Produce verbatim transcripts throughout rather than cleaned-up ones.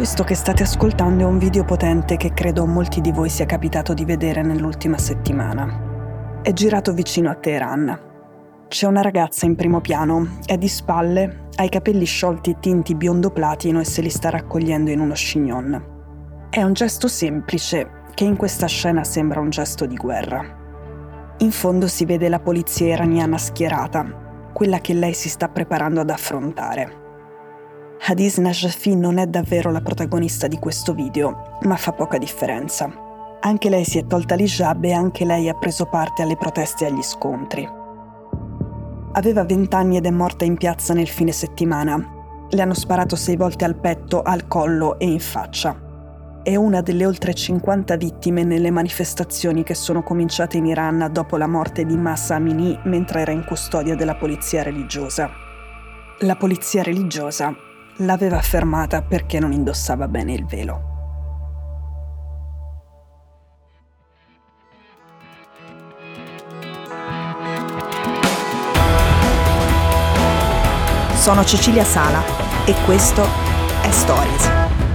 Questo che state ascoltando è un video potente che credo a molti di voi sia capitato di vedere nell'ultima settimana. È girato vicino a Teheran. C'è una ragazza in primo piano, è di spalle, ha i capelli sciolti tinti biondo platino e se li sta raccogliendo in uno chignon. È un gesto semplice che in questa scena sembra un gesto di guerra. In fondo si vede la polizia iraniana schierata, quella che lei si sta preparando ad affrontare. Hadiz Najafi non è davvero la protagonista di questo video, ma fa poca differenza. Anche lei si è tolta l'hijab e anche lei ha preso parte alle proteste e agli scontri. Aveva vent'anni ed è morta in piazza nel fine settimana. Le hanno sparato sei volte al petto, al collo e in faccia. È una delle oltre cinquanta vittime nelle manifestazioni che sono cominciate in Iran dopo la morte di Mahsa Amini mentre era in custodia della polizia religiosa. La polizia religiosa l'aveva fermata perché non indossava bene il velo. Sono Cecilia Sala e questo è Stories.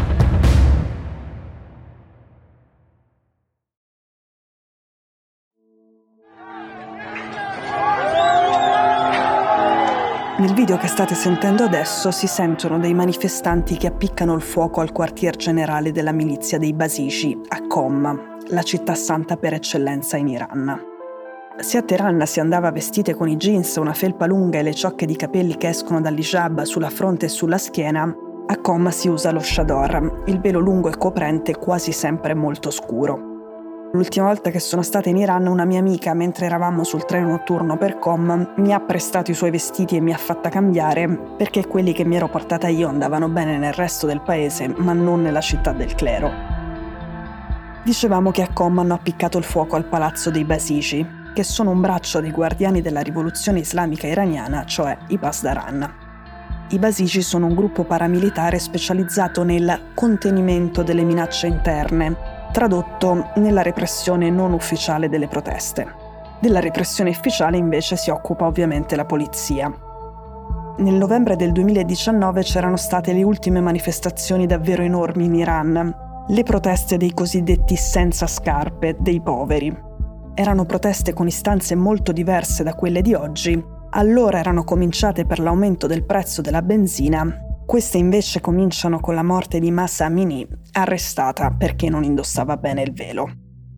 Nel video che state sentendo adesso si sentono dei manifestanti che appiccano il fuoco al quartier generale della milizia dei Basiji, a Qom, la città santa per eccellenza in Iran. Se a Teheran si andava vestite con i jeans, una felpa lunga e le ciocche di capelli che escono dall'hijab sulla fronte e sulla schiena, a Qom si usa lo chador, il velo lungo e coprente quasi sempre molto scuro. L'ultima volta che sono stata in Iran, una mia amica, mentre eravamo sul treno notturno per Qom, mi ha prestato i suoi vestiti e mi ha fatta cambiare perché quelli che mi ero portata io andavano bene nel resto del paese, ma non nella città del clero. Dicevamo che a Qom hanno appiccato il fuoco al palazzo dei Basiji, che sono un braccio dei guardiani della rivoluzione islamica iraniana, cioè i Pasdaran. I Basiji sono un gruppo paramilitare specializzato nel contenimento delle minacce interne, tradotto nella repressione non ufficiale delle proteste. Della repressione ufficiale invece si occupa ovviamente la polizia. Nel novembre del duemiladiciannove c'erano state le ultime manifestazioni davvero enormi in Iran, le proteste dei cosiddetti senza scarpe, dei poveri. Erano proteste con istanze molto diverse da quelle di oggi. Allora erano cominciate per l'aumento del prezzo della benzina. Queste invece cominciano con la morte di Mahsa Amini, arrestata perché non indossava bene il velo.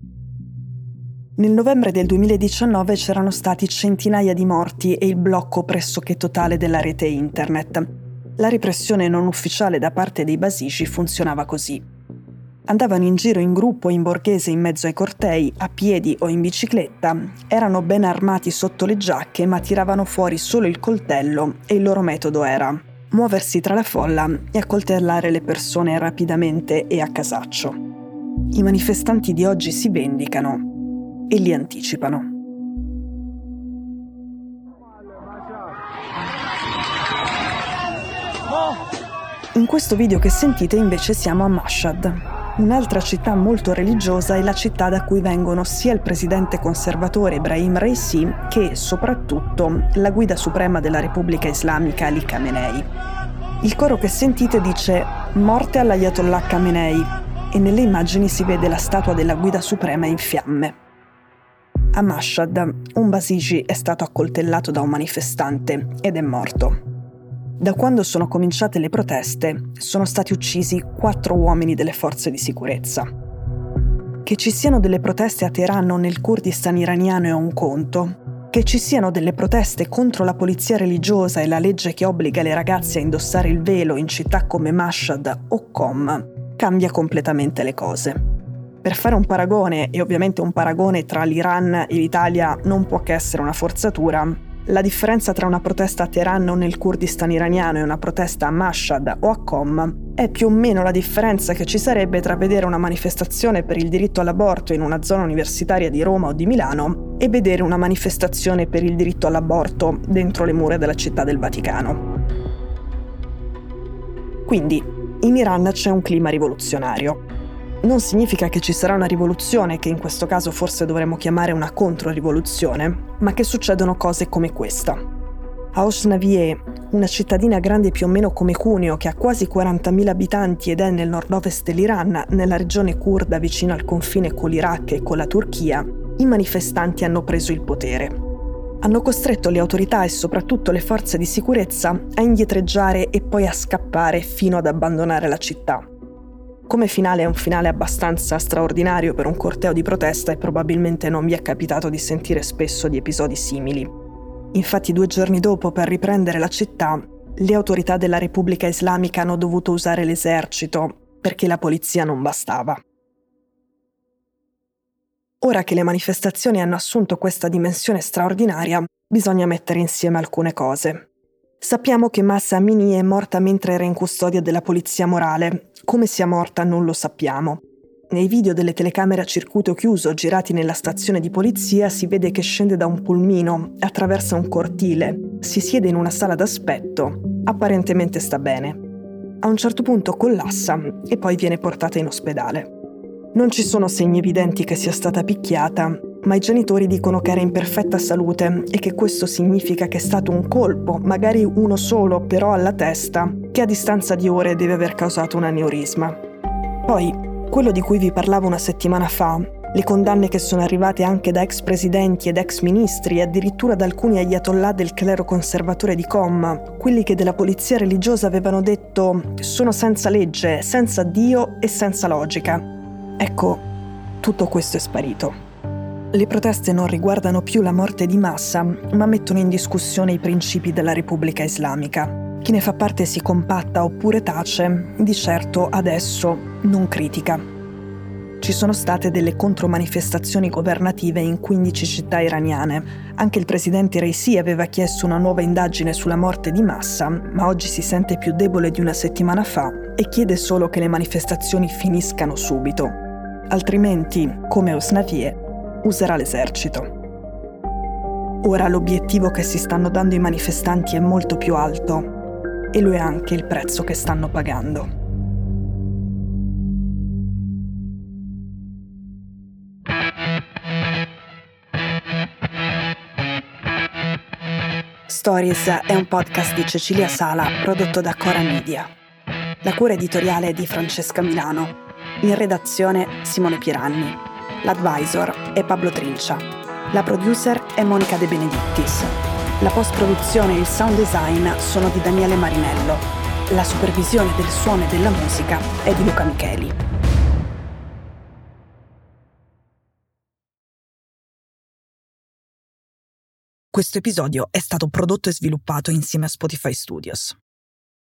Nel novembre del duemiladiciannove c'erano stati centinaia di morti e il blocco pressoché totale della rete internet. La repressione non ufficiale da parte dei Basiji funzionava così. Andavano in giro in gruppo in borghese in mezzo ai cortei, a piedi o in bicicletta, erano ben armati sotto le giacche ma tiravano fuori solo il coltello e il loro metodo era muoversi tra la folla e accoltellare le persone rapidamente e a casaccio. I manifestanti di oggi si vendicano e li anticipano. In questo video che sentite invece siamo a Mashhad, un'altra città molto religiosa e la città da cui vengono sia il presidente conservatore Ebrahim Raisi che, soprattutto, la guida suprema della Repubblica Islamica Ali Khamenei. Il coro che sentite dice «Morte all'Ayatollah Khamenei» e nelle immagini si vede la statua della guida suprema in fiamme. A Mashhad, un Basiji è stato accoltellato da un manifestante ed è morto. Da quando sono cominciate le proteste, sono stati uccisi quattro uomini delle forze di sicurezza. Che ci siano delle proteste a Teheran o nel Kurdistan iraniano è un conto. Che ci siano delle proteste contro la polizia religiosa e la legge che obbliga le ragazze a indossare il velo in città come Mashhad o Qom cambia completamente le cose. Per fare un paragone, e ovviamente un paragone tra l'Iran e l'Italia non può che essere una forzatura, la differenza tra una protesta a Teheran o nel Kurdistan iraniano e una protesta a Mashhad o a Qom è più o meno la differenza che ci sarebbe tra vedere una manifestazione per il diritto all'aborto in una zona universitaria di Roma o di Milano e vedere una manifestazione per il diritto all'aborto dentro le mura della città del Vaticano. Quindi, in Iran c'è un clima rivoluzionario. Non significa che ci sarà una rivoluzione, che in questo caso forse dovremmo chiamare una controrivoluzione, ma che succedono cose come questa. A Osnavier, una cittadina grande più o meno come Cuneo che ha quasi quarantamila abitanti ed è nel nord-ovest dell'Iran, nella regione curda vicino al confine con l'Iraq e con la Turchia, i manifestanti hanno preso il potere. Hanno costretto le autorità e soprattutto le forze di sicurezza a indietreggiare e poi a scappare fino ad abbandonare la città. Come finale è un finale abbastanza straordinario per un corteo di protesta e probabilmente non vi è capitato di sentire spesso di episodi simili. Infatti due giorni dopo, per riprendere la città, le autorità della Repubblica Islamica hanno dovuto usare l'esercito perché la polizia non bastava. Ora che le manifestazioni hanno assunto questa dimensione straordinaria, bisogna mettere insieme alcune cose. Sappiamo che Mahsa Amini è morta mentre era in custodia della polizia morale. Come sia morta non lo sappiamo. Nei video delle telecamere a circuito chiuso girati nella stazione di polizia si vede che scende da un pulmino, attraversa un cortile, si siede in una sala d'aspetto, apparentemente sta bene. A un certo punto collassa e poi viene portata in ospedale. Non ci sono segni evidenti che sia stata picchiata, ma i genitori dicono che era in perfetta salute e che questo significa che è stato un colpo, magari uno solo, però alla testa, che a distanza di ore deve aver causato un aneurisma. Poi, quello di cui vi parlavo una settimana fa, le condanne che sono arrivate anche da ex presidenti ed ex ministri e addirittura da alcuni ayatollah del clero conservatore di Qom, quelli che della polizia religiosa avevano detto sono senza legge, senza Dio e senza logica. Ecco, tutto questo è sparito. Le proteste non riguardano più la morte di massa, ma mettono in discussione i principi della Repubblica Islamica. Chi ne fa parte si compatta oppure tace, di certo adesso non critica. Ci sono state delle contromanifestazioni governative in quindici città iraniane. Anche il presidente Raisi aveva chiesto una nuova indagine sulla morte di massa, ma oggi si sente più debole di una settimana fa e chiede solo che le manifestazioni finiscano subito. Altrimenti, come Osnavier, userà l'esercito. Ora l'obiettivo che si stanno dando i manifestanti è molto più alto e lo è anche il prezzo che stanno pagando. Stories è un podcast di Cecilia Sala prodotto da Cora Media. La cura editoriale è di Francesca Milano. In redazione Simone Piranni. L'advisor è Pablo Trincia. La producer è Monica De Benedictis. La post-produzione e il sound design sono di Daniele Marinello. La supervisione del suono e della musica è di Luca Micheli. Questo episodio è stato prodotto e sviluppato insieme a Spotify Studios.